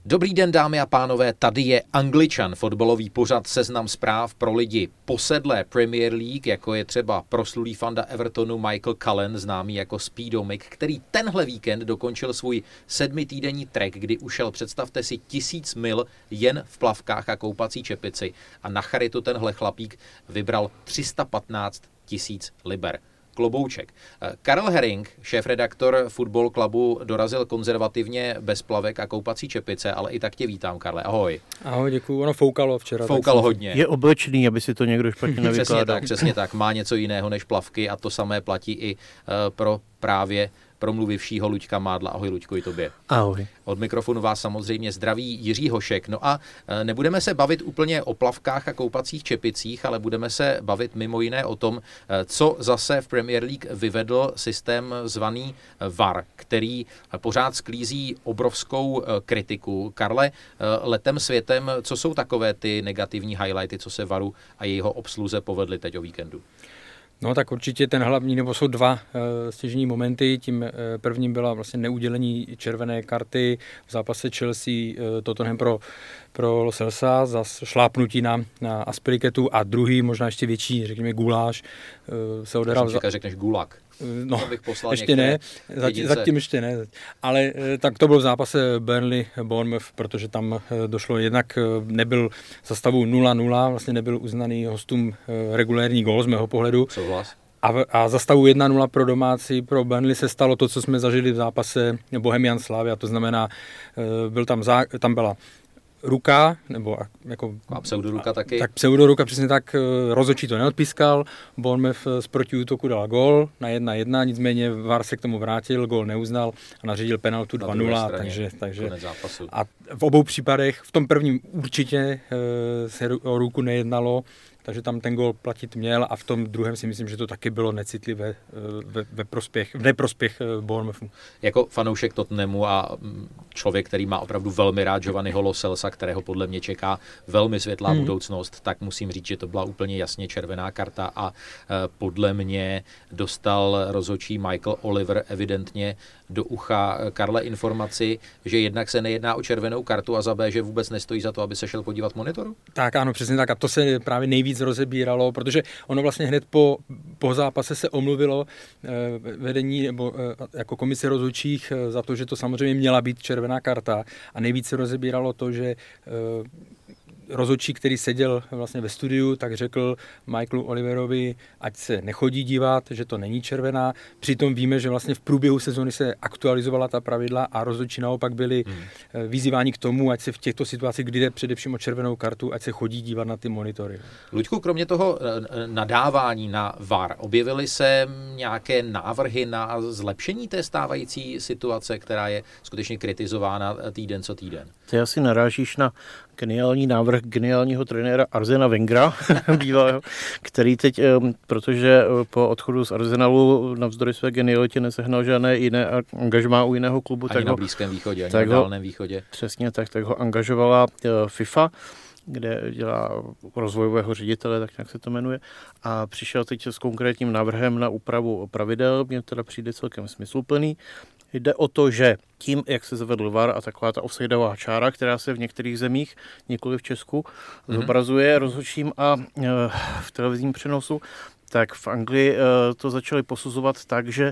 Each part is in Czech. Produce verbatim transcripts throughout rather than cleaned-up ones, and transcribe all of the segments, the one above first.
Dobrý den, dámy a pánové, tady je Angličan, fotbalový pořad Seznam zpráv pro lidi posedlé Premier League, jako je třeba proslulý fanda Evertonu Michael Cullen, známý jako Speedo Mick, který tenhle víkend dokončil svůj sedmitýdenní trek, kdy ušel, představte si, tisíc mil jen v plavkách a koupací čepici a na charitu tenhle chlapík vybral tři sta patnáct tisíc liber. Klobouček. Karel Herring, šéfredaktor Football Clubu, dorazil konzervativně bez plavek a koupací čepice, ale i tak tě vítám, Karle. Ahoj. Ahoj, děkuju. Ono foukalo včera. Foukalo hodně. Je oblečený, aby si to někdo špatně nevykládal. Přesně tak, přesně tak. Má něco jiného než plavky a to samé platí i uh, pro právě promluvivšího Luďka Mádla. Ahoj, Luďku, i tobě. Ahoj. Od mikrofonu vás samozřejmě zdraví Jiří Hošek. No a nebudeme se bavit úplně o plavkách a koupacích čepicích, ale budeme se bavit mimo jiné o tom, co zase v Premier League vyvedl systém zvaný V A R, který pořád sklízí obrovskou kritiku. Karle, letem světem, co jsou takové ty negativní highlighty, co se V A Ru a jeho obsluze povedly teď o víkendu? No tak určitě ten hlavní, nebo jsou dva uh, stěžní momenty. Tím uh, prvním byla vlastně neudělení červené karty v zápase Chelsea uh, Tottenham pro, pro Lo Celsa za šlápnutí na, na Aspilicuetu a druhý, možná ještě větší, řekněme guláš, uh, se odehrál. Čeká, řekneš gulag. No, ještě ne, zatím, zatím ještě ne, ale tak to bylo v zápase Burnley-Bournemouth, protože tam došlo, jednak nebyl za stavu nula nula, vlastně nebyl uznaný hostům regulérní gól z mého pohledu. Souhlas. A, a za stavu jedna nula pro domácí, pro Burnley se stalo to, co jsme zažili v zápase Bohemian Slavia, to znamená, byl tam, zá, tam byla ruka, nebo jako... A pseudoruka taky. Tak pseudoruka, přesně tak, rozhodčí to neodpískal, Bournemouth z protiútoku dal gól na jedna jedna, nicméně V A R se k tomu vrátil, gól neuznal a nařídil penaltu dva nula, takže, takže a v obou případech, v tom prvním určitě se o ruku nejednalo, takže tam ten gól platit měl a v tom druhém si myslím, že to taky bylo necitlivé ve, ve prospěch, v neprospěch Bournemouthu. Jako fanoušek Tottenhamu a člověk, který má opravdu velmi rád Giovanniho Lo Celsa, kterého podle mě čeká velmi světlá hmm. budoucnost, tak musím říct, že to byla úplně jasně červená karta a podle mě dostal rozhodčí Michael Oliver evidentně do ucha Karle informaci, že jednak se nejedná o červenou kartu a za B, že vůbec nestojí za to, aby se šel podívat monitoru? Tak ano, přesně tak. A to se právě nejvíc rozebíralo, protože ono vlastně hned po, po zápase se omluvilo eh, vedení nebo eh, jako komise rozhodčích eh, za to, že to samozřejmě měla být červená karta a nejvíc se rozebíralo to, že eh, rozhodčí, který seděl vlastně ve studiu, tak řekl Michaelu Oliverovi, ať se nechodí dívat, že to není červená. Přitom víme, že vlastně v průběhu sezóny se aktualizovala ta pravidla a rozhodčí naopak byli hmm. vyzýváni k tomu, ať se v těchto situacích, kdy jde především o červenou kartu, ať se chodí dívat na ty monitory. Luďku, kromě toho nadávání na V A R, objevily se nějaké návrhy na zlepšení té stávající situace, která je skutečně kritizována týden co týden? Ty asi narážíš na geniální návrh geniálního trenéra Arsena Wengera, bývalého, který teď, protože po odchodu z Arsenalu navzdory své genialitě nesehnal žádné jiné angažmá u jiného klubu. Ani tak na ho, Blízkém východě, ani tak na ho, Dálném východě. Přesně tak, tak ho angažovala FIFA, kde dělá rozvojového ředitele, tak nějak se to jmenuje, a přišel teď s konkrétním návrhem na úpravu pravidel, mně teda přijde celkem smysluplný. Jde o to, že tím, jak se zavedl V A R a taková ta offsideová čára, která se v některých zemích, nikoli v Česku, mm-hmm. zobrazuje rozhodčím a e, v televizním přenosu, tak v Anglii e, to začali posuzovat tak, že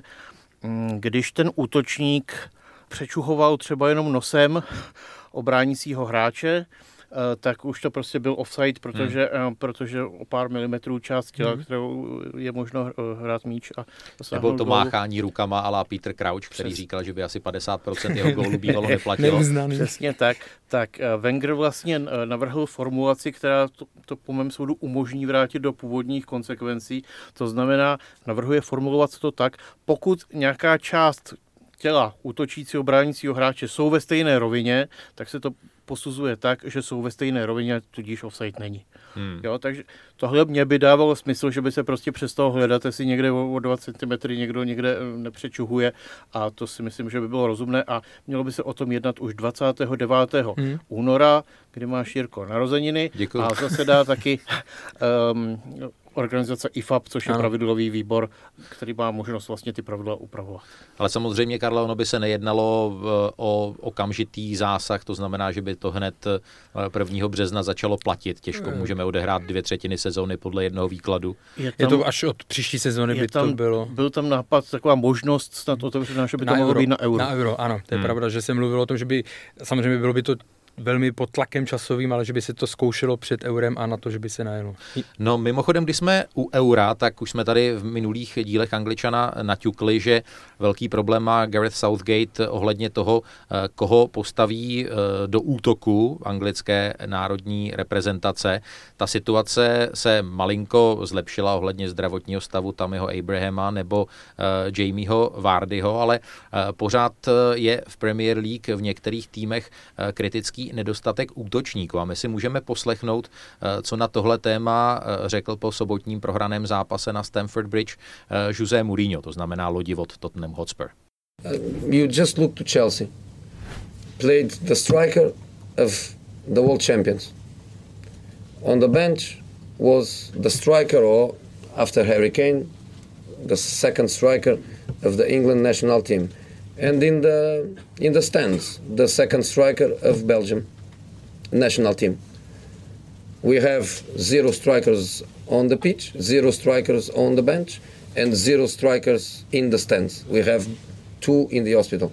m, když ten útočník přečuhoval třeba jenom nosem obránícího hráče, tak už to prostě byl offside, protože, hmm. protože o pár milimetrů část těla, hmm. kterou je možno hrát míč. A nebo to gólu. Máchání rukama a la Peter Crouch, který Přes... říkal, že by asi padesát procent jeho gólů bývalo neplatilo. Přesně tak. Tak Wenger vlastně navrhl formulaci, která to, to po mém soudu umožní vrátit do původních konsekvencí. To znamená, navrhuje formulovat to tak, pokud nějaká část těla útočícího, bránícího hráče jsou ve stejné rovině, tak se to posuzuje tak, že jsou ve stejné rovině, tudíž offside není. Hmm. Jo, takže tohle mě by dávalo smysl, že by se prostě přestalo hledat, jestli někde o dva centimetry někdo někde nepřečuhuje, a to si myslím, že by bylo rozumné a mělo by se o tom jednat už dvacátého devátého Hmm. února, kdy máš, Jirko, narozeniny. Děkuju. A zasedá taky um, organizace I F A B, což je ano. pravidlový výbor, který má možnost vlastně ty pravidla upravovat. Ale samozřejmě, Karle, ono by se nejednalo o okamžitý zásah, to znamená, že by to hned prvního března začalo platit. Těžko můžeme odehrát dvě třetiny sezóny podle jednoho výkladu. Je, tam, je to až od příští sezóny by tam, to bylo. Byl tam nápad, taková možnost snad otevřená, že by to na mohlo euro, být na euro. Na euro, ano. To je hmm. pravda, že se mluvilo o tom, že by, samozřejmě bylo by to velmi pod tlakem časovým, ale že by se to zkoušelo před eurem a na to, že by se najelo. No mimochodem, když jsme u eura, tak už jsme tady v minulých dílech Angličana naťukli, že velký problém má Gareth Southgate ohledně toho, koho postaví do útoku anglické národní reprezentace. Ta situace se malinko zlepšila ohledně zdravotního stavu Tammyho Abrahama nebo Jamieho Vardyho, ale pořád je v Premier League v některých týmech kritický nedostatek útočníků. A my si můžeme poslechnout, co na tohle téma řekl po sobotním prohraném zápase na Stamford Bridge José Mourinho, to znamená lodivot Tottenham Hotspur. You just look to Chelsea. Played the striker of the world champions. On the bench was the striker, or after Harry Kane, the second striker of the England national team. And in the in the stands, the second striker of Belgium national team. We have zero strikers on the pitch, zero strikers on the bench, and zero strikers in the stands. We have two in the hospital.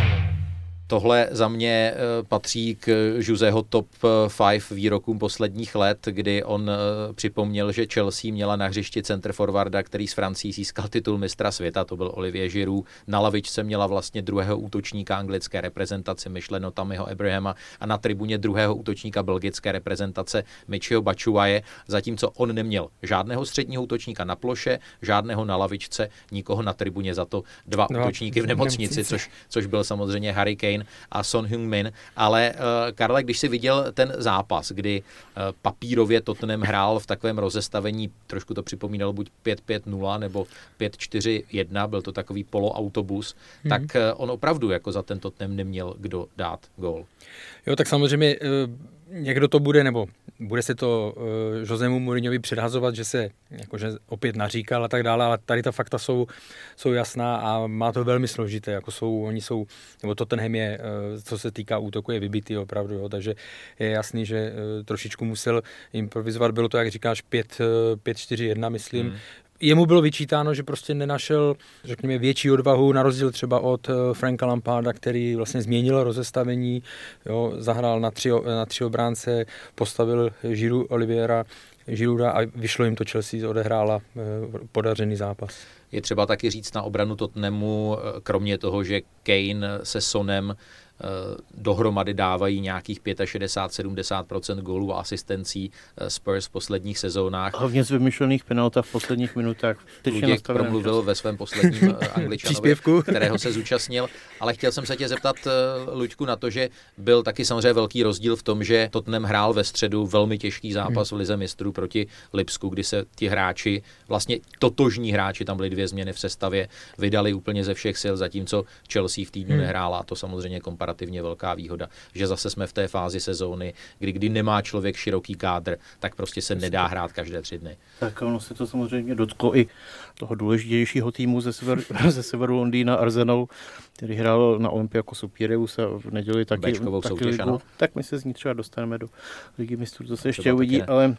Tohle za mě patří k Joseho top pět výrokům posledních let, kdy on připomněl, že Chelsea měla na hřišti centerforwarda, který s Francií získal titul mistra světa, to byl Olivier Giroud. Na lavičce měla vlastně druhého útočníka anglické reprezentace, myšleno Tammyho Abrahama, a na tribuně druhého útočníka belgické reprezentace Michyho Batshuaye, zatímco on neměl žádného středního útočníka na ploše, žádného na lavičce, nikoho na tribuně, za to dva no, útočníky v nemocnici, což, což byl samozřejmě Harry Kane a Son Heung-min, ale uh, Karle, když jsi viděl ten zápas, kdy uh, papírově Tottenham hrál v takovém rozestavení, trošku to připomínalo buď pět pět nula nebo pět čtyři jedna, byl to takový poloautobus, mm-hmm. tak uh, on opravdu jako za ten Tottenham neměl kdo dát gól. Jo, tak samozřejmě uh, někdo to bude, nebo bude se to uh, Josemu Mourinhovi předhazovat, že se jakože opět naříkal a tak dále, ale tady ta fakta jsou, jsou jasná a má to velmi složité, jako jsou, oni jsou, nebo Tottenham je, uh, co se týká útoku, je vybitý opravdu, jo, takže je jasný, že uh, trošičku musel improvizovat, bylo to, jak říkáš, pět čtyři jedna, myslím. Hmm. Jemu bylo vyčítáno, že prostě nenašel, řekněme, větší odvahu, na rozdíl třeba od Franka Lamparda, který vlastně změnil rozestavení, jo, zahrál na tři, na tři obránce, postavil Giroud, Oliviera, Girouda a vyšlo jim to. Chelsea odehrála podařený zápas. Je třeba taky říct na obranu Tottenhamu, kromě toho, že Kane se Sonem dohromady dávají nějakých šedesát pět až sedmdesát procent gólů a asistencí Spurs v posledních sezónách. Hlavně z vymyšlených penaltách v posledních minutách. Luděk promluvil čas. Ve svém posledním Angličanovi, kterého se zúčastnil, ale chtěl jsem se tě zeptat, Luďku, na to, že byl taky samozřejmě velký rozdíl v tom, že Tottenham hrál ve středu velmi těžký zápas v Lize mistrů proti Lipsku, kdy se ti hráči, vlastně totožní hráči, tam byly dvě změny v sestavě, vydali úplně ze všech sil, zatímco Chelsea v týdnu hmm. nehrála, a to samozřejmě komparativně velká výhoda, že zase jsme v té fázi sezóny, kdy, kdy nemá člověk široký kádr, tak prostě se nedá hrát každé tři dny. Tak ono se to samozřejmě dotklo i toho důležitějšího týmu ze severu, ze severu Londýna, Arsenalu, který hrál na Olympiakosu Pireus a v neděli taky, taky soutěž, ligu. Ano. Tak my se z ní třeba dostaneme do Ligy mistrů, to se ještě uvidí, ale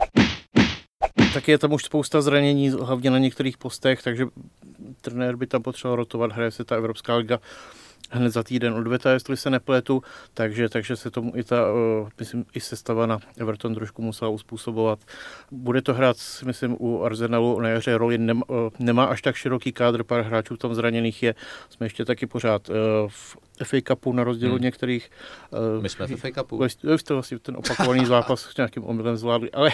taky je tam už spousta zranění, hlavně na některých postech, takže trenér by tam potřeboval rotovat, hraje se ta Evropská liga hned za týden odveta, jestli se nepletu, takže, takže se tomu i ta, uh, myslím, i sestava na Everton trošku musela uspůsobovat. Bude to hrát, myslím, u Arsenalu na jaře roli, nemá, uh, nemá až tak široký kádr, pár hráčů tam zraněných je, jsme ještě taky pořád uh, v F A Cupu na rozdíl od hmm. některých. Uh, My jsme v F A Cupu. Vy jste vlastně ten opakovaný zápas s nějakým omylem zvládli, ale...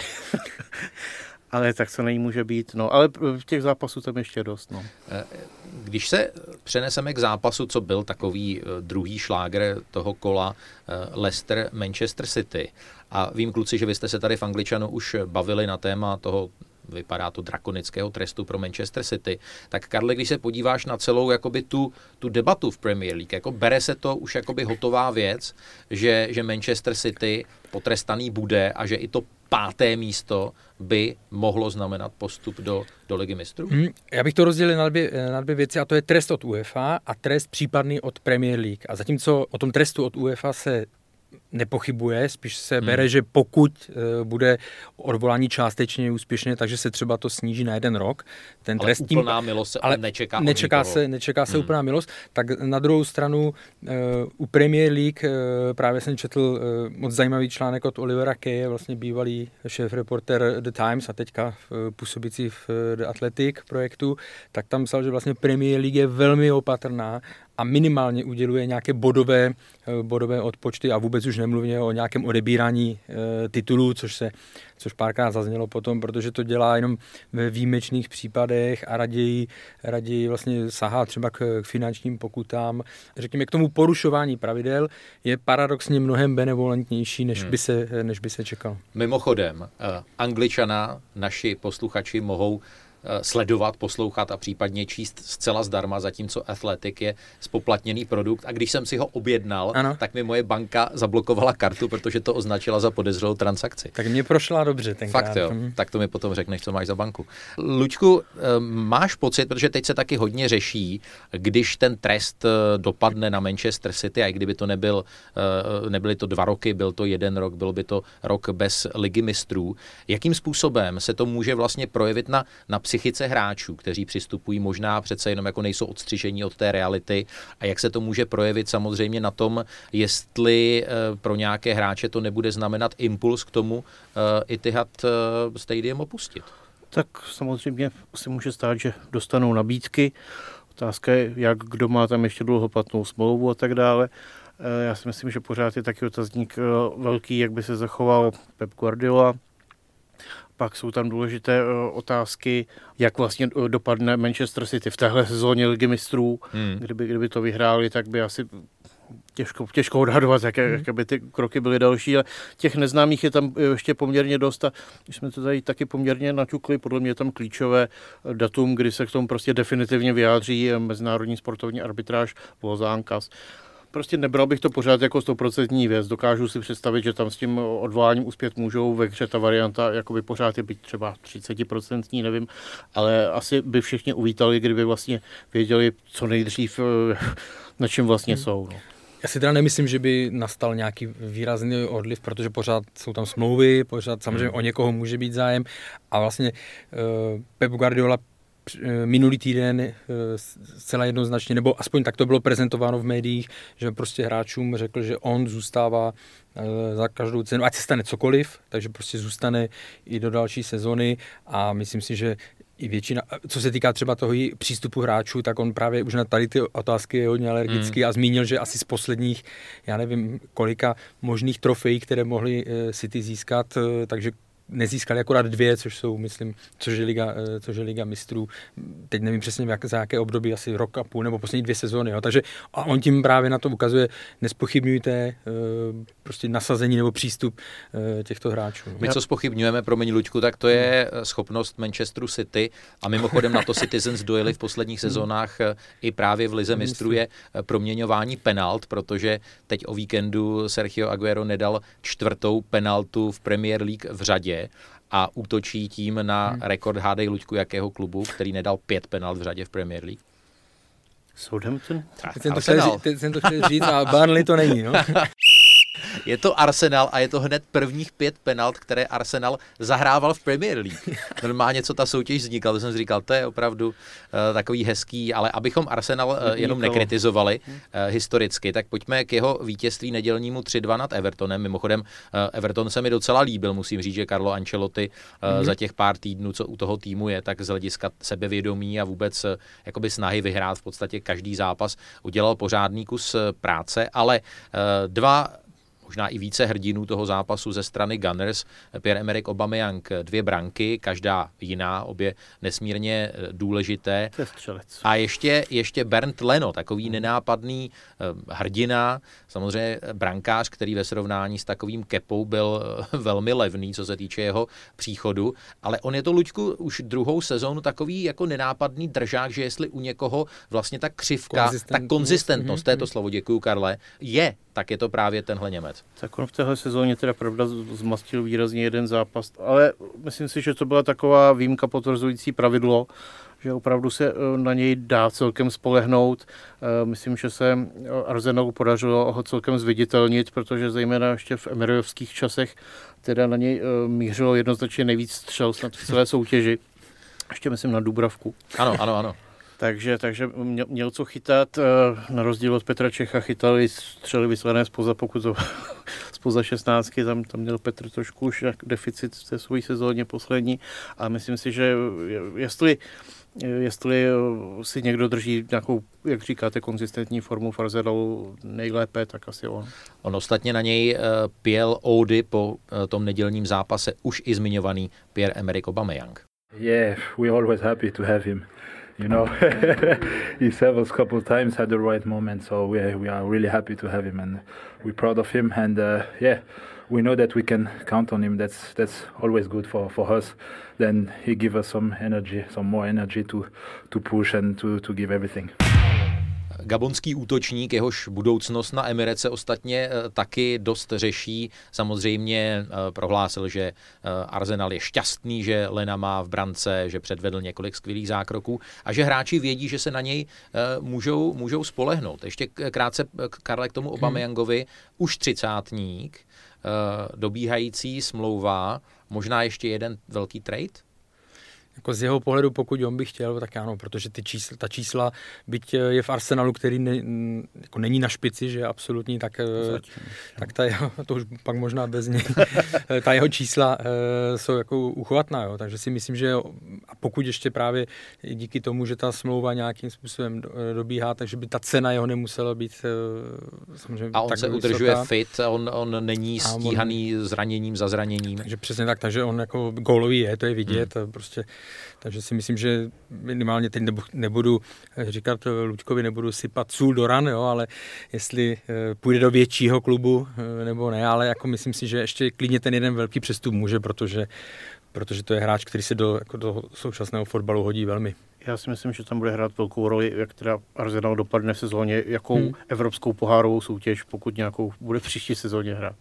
Ale tak co může být, no, ale těch zápasů tam ještě dost, no. Když se přeneseme k zápasu, co byl takový druhý šláger toho kola, Leicester Manchester City, a vím, kluci, že vy jste se tady v Angličanu už bavili na téma toho, vypadá to, drakonického trestu pro Manchester City, tak Karle, když se podíváš na celou jakoby tu, tu debatu v Premier League, jako bere se to už jakoby hotová věc, že, že Manchester City potrestaný bude a že i to páté místo by mohlo znamenat postup do, do Ligy mistrů? Hmm, já bych to rozdělil na dvě, na dvě věci, a to je trest od UEFA a trest případný od Premier League. A zatímco o tom trestu od UEFA se nepochybuje, spíš se hmm. bere, že pokud uh, bude odvolání částečně úspěšně, takže se třeba to sníží na jeden rok. Ten ale trest úplná tím, milost se ale nečeká nečeká se, nečeká se hmm. úplná milost. Tak na druhou stranu uh, u Premier League uh, právě jsem četl uh, moc zajímavý článek od Olivera Kaye, vlastně bývalý šéf-reporter The Times a teďka uh, působící v uh, The Athletic projektu, tak tam psal, že vlastně Premier League je velmi opatrná a minimálně uděluje nějaké bodové, bodové odpočty a vůbec už nemluvně o nějakém odebírání e, titulů, což se což párkrát zaznělo potom, protože to dělá jenom ve výjimečných případech a raději, raději vlastně sahá třeba k, k finančním pokutám. Řekněme, k tomu porušování pravidel je paradoxně mnohem benevolentnější, než, hmm. by, se, než by se čekalo. Mimochodem, uh, Angličana naši posluchači mohou sledovat, poslouchat a případně číst zcela zdarma, zatímco Athletic je spoplatněný produkt. A když jsem si ho objednal, ano. tak mi moje banka zablokovala kartu, protože to označila za podezřelou transakci. Tak mě prošla dobře tenkrát. Fakt jo, hmm. tak to mi potom řekneš, co máš za banku. Luďku, máš pocit, protože teď se taky hodně řeší, když ten trest dopadne na Manchester City, a i kdyby to nebyl, nebyly to dva roky, byl to jeden rok, byl by to rok bez Ligy mistrů, jakým způsobem se to může vlastně projevit na, na psychice hráčů, kteří přistupují možná přece jenom jako nejsou odstřižení od té reality, a jak se to může projevit samozřejmě na tom, jestli pro nějaké hráče to nebude znamenat impuls k tomu Etihad Stadium opustit. Tak samozřejmě se může stát, že dostanou nabídky. Otázka je, jak kdo má tam ještě dlouhoplatnou smlouvu a tak dále. Já si myslím, že pořád je taky otazník velký, jak by se zachoval Pep Guardiola. Pak jsou tam důležité otázky, jak vlastně dopadne Manchester City v téhle sezóně Ligy mistrů. Hmm. Kdyby, kdyby to vyhráli, tak by asi těžko, těžko odhadovat, jaké, hmm. jaké by ty kroky byly další. Ale těch neznámých je tam ještě poměrně dost a když jsme to tady taky poměrně naťukli, podle mě je tam klíčové datum, kdy se k tomu prostě definitivně vyjádří mezinárodní sportovní arbitráž Lausanne-Cas. Prostě nebral bych to pořád jako stoprocentní věc. Dokážu si představit, že tam s tím odvoláním uspět můžou. Ve hře ta varianta jakoby pořád je být třeba třicetiprocentní, nevím, ale asi by všichni uvítali, kdyby vlastně věděli co nejdřív, na čem vlastně hmm. jsou. No. Já si teda nemyslím, že by nastal nějaký výrazný odliv, protože pořád jsou tam smlouvy, pořád samozřejmě hmm. o někoho může být zájem a vlastně uh, Pep Guardiola minulý týden zcela jednoznačně, nebo aspoň tak to bylo prezentováno v médiích, že prostě hráčům řekl, že on zůstává za každou cenu, ať se stane cokoliv, takže prostě zůstane i do další sezony a myslím si, že i většina, co se týká třeba toho přístupu hráčů, tak on právě už na tady ty otázky je hodně alergický mm. a zmínil, že asi z posledních, já nevím, kolika možných trofejí, které mohli City získat, takže nezískali akorát dvě, což jsou, myslím, což je Liga, což je Liga mistrů. Teď nevím přesně, jak, za jaké období, asi rok a půl, nebo poslední dvě sezóny. Jo. Takže a on tím právě na to ukazuje, nespochybňujte prostě nasazení nebo přístup těchto hráčů. My, co zpochybňujeme, promiň Luďku, tak to je schopnost Manchesteru City a mimochodem na to Citizens dojeli v posledních sezónách i právě v Lize mistrů je proměňování penalt, protože teď o víkendu Sergio Aguero nedal čtvrtou penaltu v Premier League v řadě a útočí tím na hmm. rekord, hádej Luďku, jakého klubu, který nedal pět penalt v řadě v Premier League. Southampton? Teď jsem to chtěl říct a Burnley to není, no. Je to Arsenal a je to hned prvních pět penalt, které Arsenal zahrával v Premier League. Normálně, co ta soutěž vznikla, to jsem si říkal, to je opravdu uh, takový hezký, ale abychom Arsenal uh, jenom nekritizovali uh, historicky, tak pojďme k jeho vítězství nedělnímu tři dva nad Evertonem. Mimochodem, uh, Everton se mi docela líbil, musím říct, že Carlo Ancelotti uh, mm-hmm. za těch pár týdnů, co u toho týmu je, tak z hlediska sebevědomí a vůbec uh, jakoby snahy vyhrát v podstatě každý zápas udělal pořádný kus uh, práce, ale uh, dva možná i více hrdinů toho zápasu ze strany Gunners. Pierre-Emerick Aubameyang dvě branky, každá jiná, obě nesmírně důležité. A ještě, ještě Bernd Leno, takový nenápadný hrdina, samozřejmě brankář, který ve srovnání s takovým Kepou byl velmi levný, co se týče jeho příchodu, ale on je to, Luďku, už druhou sezónu takový jako nenápadný držák, že jestli u někoho vlastně ta křivka, ta konzistentnost, této slovo, děkuju Karle, je, tak je to právě tenhle Němec. nakonec. Tak on v téhle sezóně teda pravda zmastil výrazně jeden zápas, ale myslím si, že to byla taková výjimka potvrzující pravidlo, že opravdu se na něj dá celkem spolehnout. Myslím, že se Arsenalu podařilo ho celkem zviditelnit, protože zejména ještě v emeryovských časech teda na něj mířilo jednoznačně nejvíc střel snad v celé soutěži. Ještě myslím na Dubravku. Ano, ano, ano. Takže, takže měl, měl co chytat, na rozdíl od Petra Čecha chytali střely vyslané zpoza, pokud to zpoza šestnáctky, tam, tam měl Petr trošku už deficit v té své sezóně poslední a myslím si, že jestli, jestli si někdo drží nějakou, jak říkáte, konzistentní formu v Arsenalu nejlépe, tak asi on. On ostatně na něj pěl ódy po tom nedělním zápase už i zmiňovaný Pierre-Emerick Aubameyang. Yeah, we're always happy to have him. You know, he served us a couple of times, had the right moment, so we we are really happy to have him, and we're proud of him. And uh, yeah, we know that we can count on him. That's that's always good for, for us. Then he gives us some energy, some more energy to to push and to to give everything. Gabonský útočník, jehož budoucnost na Emirates se ostatně taky dost řeší. Samozřejmě prohlásil, že Arsenal je šťastný, že Lena má v brance, že předvedl několik skvělých zákroků a že hráči vědí, že se na něj můžou, můžou spolehnout. Ještě krátce, Karle, k tomu Aubameyangovi, už třicátník, dobíhající smlouva, možná ještě jeden velký trade? Jako z jeho pohledu, pokud on by chtěl, tak ano, protože ty čísla, ta čísla, byť je v Arsenalu, který ne, jako není na špici, že je absolutní, tak, tak ta jeho, to už pak možná bez něj, ta jeho čísla jsou jako uchovatná, jo, takže si myslím, že a pokud ještě právě díky tomu, že ta smlouva nějakým způsobem dobíhá, takže by ta cena jeho nemusela být samozřejmě a on tak se vysoká. Udržuje fit, on, on není stíhaný on, zraněním za zraněním. Takže přesně tak, takže on jako gólový je, to je vidět, hmm. prostě. Takže si myslím, že minimálně teď nebudu říkat Luďkovi, nebudu sypat sůl do ran, jo, ale jestli půjde do většího klubu nebo ne, ale jako myslím si, že ještě klidně ten jeden velký přestup může, protože, protože to je hráč, který se do, jako do současného fotbalu hodí velmi. Já si myslím, že tam bude hrát velkou roli, jak teda Arsenal dopadne v sezóně, jakou hmm. evropskou pohárovou soutěž, pokud nějakou bude v příští sezóně hrát.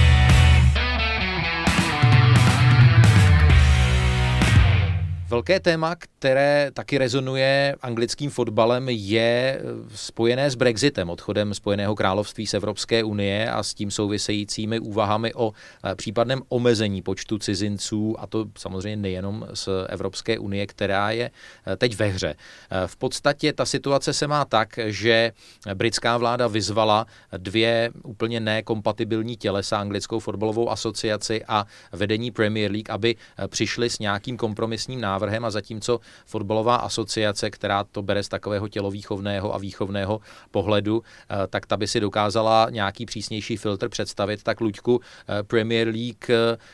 Velké téma, které taky rezonuje anglickým fotbalem, je spojené s Brexitem, odchodem Spojeného království z Evropské unie a s tím souvisejícími úvahami o případném omezení počtu cizinců, a to samozřejmě nejenom z Evropské unie, která je teď ve hře. V podstatě ta situace se má tak, že britská vláda vyzvala dvě úplně nekompatibilní tělesa, anglickou fotbalovou asociaci a vedení Premier League, aby přišli s nějakým kompromisním návrhem, a zatímco fotbalová asociace, která to bere z takového tělovýchovného a výchovného pohledu, tak ta by si dokázala nějaký přísnější filtr představit, tak Luďku, Premier League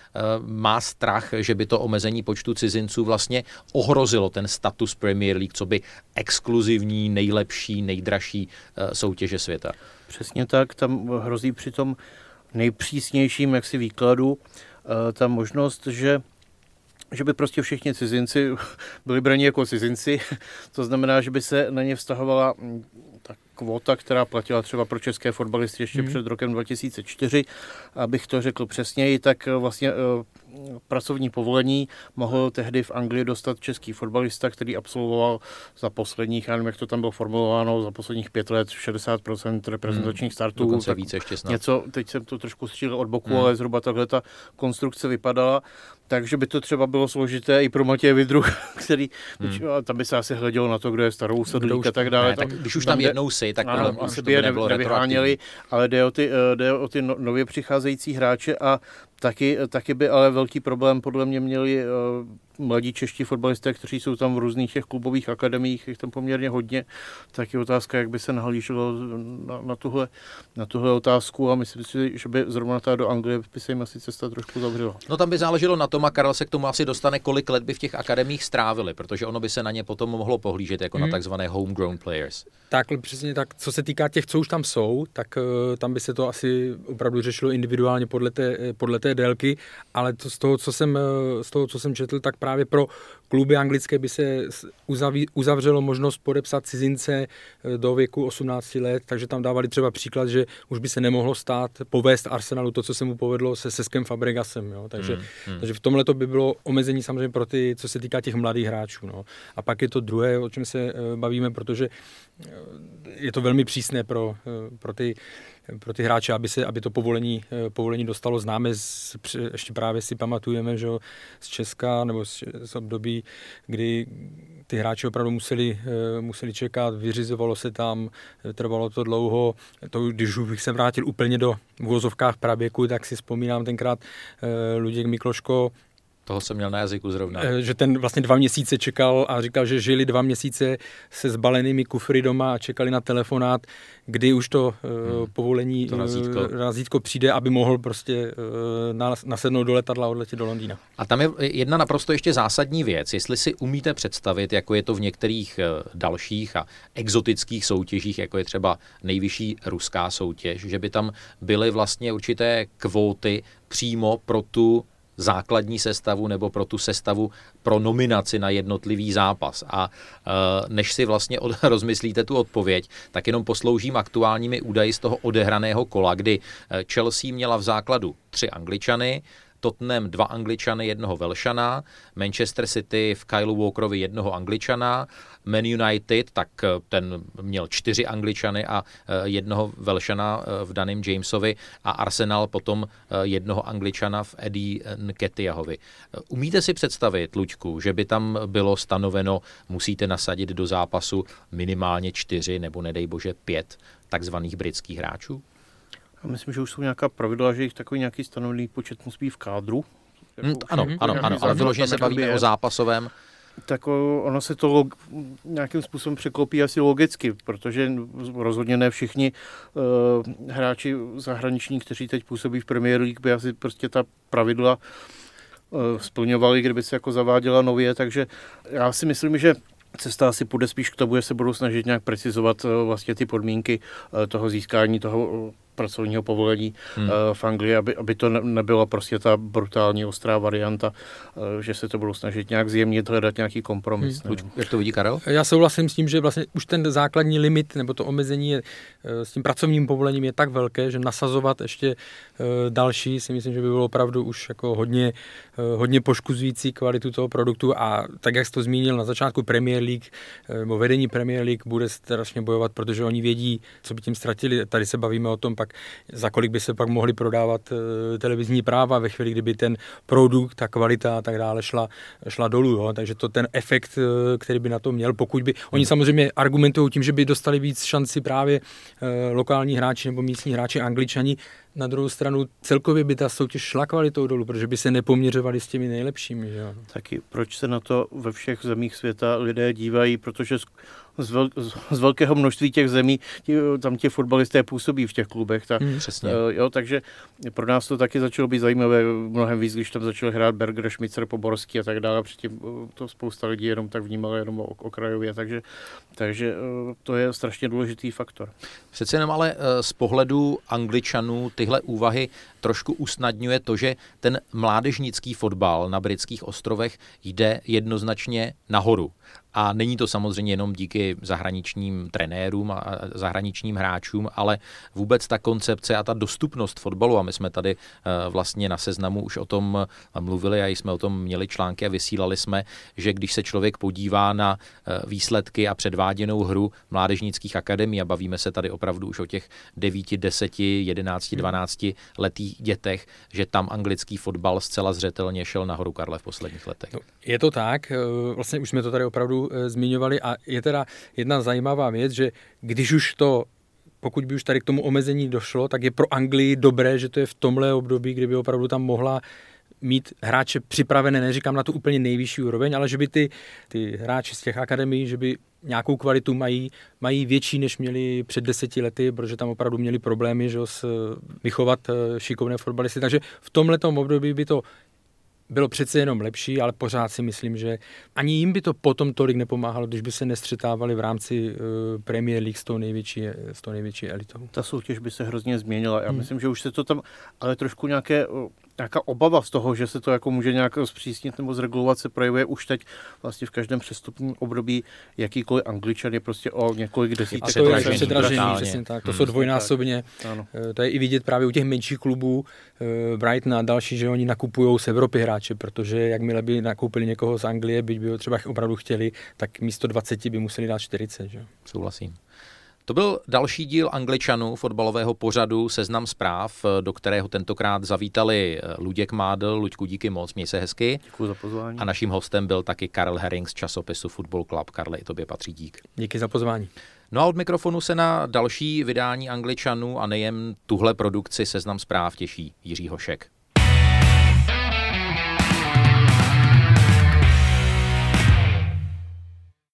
má strach, že by to omezení počtu cizinců vlastně ohrozilo ten status Premier League, co by exkluzivní, nejlepší, nejdražší soutěže světa. Přesně tak, tam hrozí při tom nejpřísnějším jaksi výkladu ta možnost, že že by prostě všichni cizinci byli braní jako cizinci. To znamená, že by se na ně vztahovala ta kvota, která platila třeba pro české fotbalisty ještě hmm. před rokem dva tisíce čtyři. Abych to řekl přesněji, tak vlastně pracovní povolení mohl tehdy v Anglii dostat český fotbalista, který absolvoval za posledních, já nevím, jak to tam bylo formulováno, za posledních pět let šedesát procent reprezentačních startů. Hmm, dokonce více ještě snad. Něco, teď jsem to trošku střílel od boku, hmm. ale zhruba takhle ta konstrukce vypadala. Takže by to třeba bylo složité i pro Matěje Vydru, který, hmm. tam by se asi hledělo na to, kdo je starou sedlík a tak dále. Ne, tak když už tam, tam jednou si, tak ano, už asi to by je nebylo nevyháněli, ale jde o ty, jde o ty nově přicházející hráče a taky, taky by ale velký problém podle mě měli uh, mladí čeští fotbalisté, kteří jsou tam v různých těch klubových akademiích, jich tam poměrně hodně, tak je otázka, jak by se nahlíželo na, na, tuhle, na tuhle otázku a myslím si, že by zrovna ta do Anglie by se jim asi cesta trošku zavřela. No tam by záleželo na tom a Karel se k tomu asi dostane, kolik let by v těch akademiích strávili, protože ono by se na ně potom mohlo pohlížet jako hmm. na takzvané homegrown players. Takhle přesně tak, co se týká těch, co už tam jsou, tak uh, tam by se to asi opravdu řešilo individuálně podle té, podle té délky, ale to z toho, co jsem, z toho, co jsem četl, tak právě pro kluby anglické by se uzaví, uzavřelo možnost podepsat cizince do věku osmnácti let, takže tam dávali třeba příklad, že už by se nemohlo stát povést Arsenalu to, co se mu povedlo se Seskem Fabregasem. Jo? Takže, hmm, hmm. takže v tomhle to by bylo omezení samozřejmě pro ty, co se týká těch mladých hráčů. No. A pak je to druhé, o čem se bavíme, protože je to velmi přísné pro, pro ty pro ty hráče, aby se, aby to povolení, povolení dostalo. Známe, z, ještě právě si pamatujeme, že z Česka nebo z, z období, kdy ty hráči opravdu museli, museli čekat, vyřizovalo se tam, trvalo to dlouho. To, když bych se vrátil úplně do v uvozovkách pravěku, tak si vzpomínám tenkrát Luděk Mikloško, toho jsem měl na jazyku zrovna. Že ten vlastně dva měsíce čekal a říkal, že žili dva měsíce se zbalenými kufry doma a čekali na telefonát, kdy už to hmm. uh, povolení, to razítko. Uh, razítko přijde, aby mohl prostě uh, nasednout do letadla a odletět do Londýna. A tam je jedna naprosto ještě zásadní věc. Jestli si umíte představit, jako je to v některých uh, dalších a exotických soutěžích, jako je třeba nejvyšší ruská soutěž, že by tam byly vlastně určité kvóty přímo pro tu základní sestavu nebo pro tu sestavu pro nominaci na jednotlivý zápas. A e, než si vlastně od, rozmyslíte tu odpověď, tak jenom posloužím aktuálními údaji z toho odehraného kola, kdy Chelsea měla v základu tři Angličany, Tottenham dva Angličany, jednoho Velšana, Manchester City v Kyle Walkerovi jednoho Angličana, Man United, tak ten měl čtyři Angličany a jednoho Velšana v daném Jamesovi a Arsenal potom jednoho Angličana v Eddie Nketiahovi. Umíte si představit, Luďku, že by tam bylo stanoveno, musíte nasadit do zápasu minimálně čtyři nebo nedej bože pět takzvaných britských hráčů? Já myslím, že už jsou nějaká pravidla, že jich takový nějaký stanovený počet musí být v kádru. Hmm, ano, ano, ano, ale vyloženě se bavíme o zápasovém. Tak ono se to log, nějakým způsobem překlopí asi logicky, protože rozhodně ne všichni uh, hráči zahraniční, kteří teď působí v Premier League, by asi prostě ta pravidla uh, splňovali, kdyby se jako zaváděla nově, takže já si myslím, že cesta asi půjde spíš k tomu, že se budou snažit nějak precizovat uh, vlastně ty podmínky uh, toho získání toho uh, pracovního povolení hmm. v Anglii, aby, aby to nebyla prostě ta brutální ostrá varianta, že se to budou snažit nějak zjemnit, hledat nějaký kompromis. Hmm. Jak to vidí Karel? Já souhlasím s tím, že vlastně už ten základní limit nebo to omezení je, s tím pracovním povolením je tak velké, že nasazovat ještě další si myslím, že by bylo opravdu už jako hodně, hodně poškuzující kvalitu toho produktu a tak, jak jsi to zmínil na začátku Premier League, nebo vedení Premier League bude strašně bojovat, protože oni vědí, co by tím ztratili. Tady se bavíme o tom pak, za kolik by se pak mohli prodávat e, televizní práva ve chvíli, kdyby ten produkt, ta kvalita a tak dále šla, šla dolů. Jo? Takže to ten efekt, e, který by na to měl, pokud by... Oni samozřejmě argumentují tím, že by dostali víc šanci právě e, lokální hráči nebo místní hráči Angličani. Na druhou stranu celkově by ta soutěž šla kvalitou dolů, protože by se nepoměřovali s těmi nejlepšími. Že? Taky proč se na to ve všech zemích světa lidé dívají, protože z, vel, z velkého množství těch zemí tí, tam ti fotbalisté působí v těch klubech. Ta, hmm, přesně. Uh, jo, takže pro nás to taky začalo být zajímavé mnohem víc, když tam začal hrát Berger, Šmicer, Poborský a tak dále. Předtím to spousta lidí jenom tak vnímalo jenom okrajově, takže, takže uh, to je strašně důležitý faktor. Přece jenom ale uh, z pohledu Angličanů tyhle úvahy trošku usnadňuje to, že ten mládežnický fotbal na britských ostrovech jde jednoznačně nahoru. A není to samozřejmě jenom díky zahraničním trenérům a zahraničním hráčům, ale vůbec ta koncepce a ta dostupnost fotbalu, a my jsme tady vlastně na Seznamu už o tom mluvili a jsme o tom měli články a vysílali jsme, že když se člověk podívá na výsledky a předváděnou hru mládežnických akademií, a bavíme se tady opravdu už o těch devíti, deseti, jedenácti, dvanácti letých dětech, že tam anglický fotbal zcela zřetelně šel nahoru, Karle, v posledních letech. No, je to tak, vlastně už jsme to tady opravdu zmiňovali a je teda jedna zajímavá věc, že když už to, pokud by už tady k tomu omezení došlo, tak je pro Anglii dobré, že to je v tomhle období, kdyby opravdu tam mohla mít hráče připravené, neříkám na tu úplně nejvyšší úroveň, ale že by ty, ty hráči z těch akademií, že by nějakou kvalitu mají, mají větší, než měli před deseti lety, protože tam opravdu měli problémy, že s, vychovat šikovné fotbalisty. Takže v tomhletom období by to bylo přece jenom lepší, ale pořád si myslím, že ani jim by to potom tolik nepomáhalo, když by se nestřetávali v rámci uh, Premier League s tou největší, s tou největší elitou. Ta soutěž by se hrozně změnila. Já hmm. myslím, že už se to tam, ale trošku nějaké nějaká obava z toho, že se to jako může nějak zpřísnit nebo zregulovat, se projevuje už teď vlastně v každém přestupním období. Jakýkoliv Angličan je prostě o několik desítek. A to je předražení, přesně tak. To hmm. jsou dvojnásobně. Ano. To je i vidět právě u těch menších klubů, Brighton a další, že oni nakupují z Evropy hráče, protože jakmile by nakoupili někoho z Anglie, byť by ho třeba opravdu chtěli, tak místo dvacet by museli dát čtyřicet. Že? Souhlasím. To byl další díl Angličanů, fotbalového pořadu Seznam zpráv, do kterého tentokrát zavítali Luděk Mádl. Luďku, díky moc, měj se hezky. Děkuji za pozvání. A naším hostem byl taky Karel Herring z časopisu Football Club. Karle, i tobě patří dík. Díky za pozvání. No a od mikrofonu se na další vydání Angličanů a nejen tuhle produkci Seznam zpráv těší Jiří Hošek.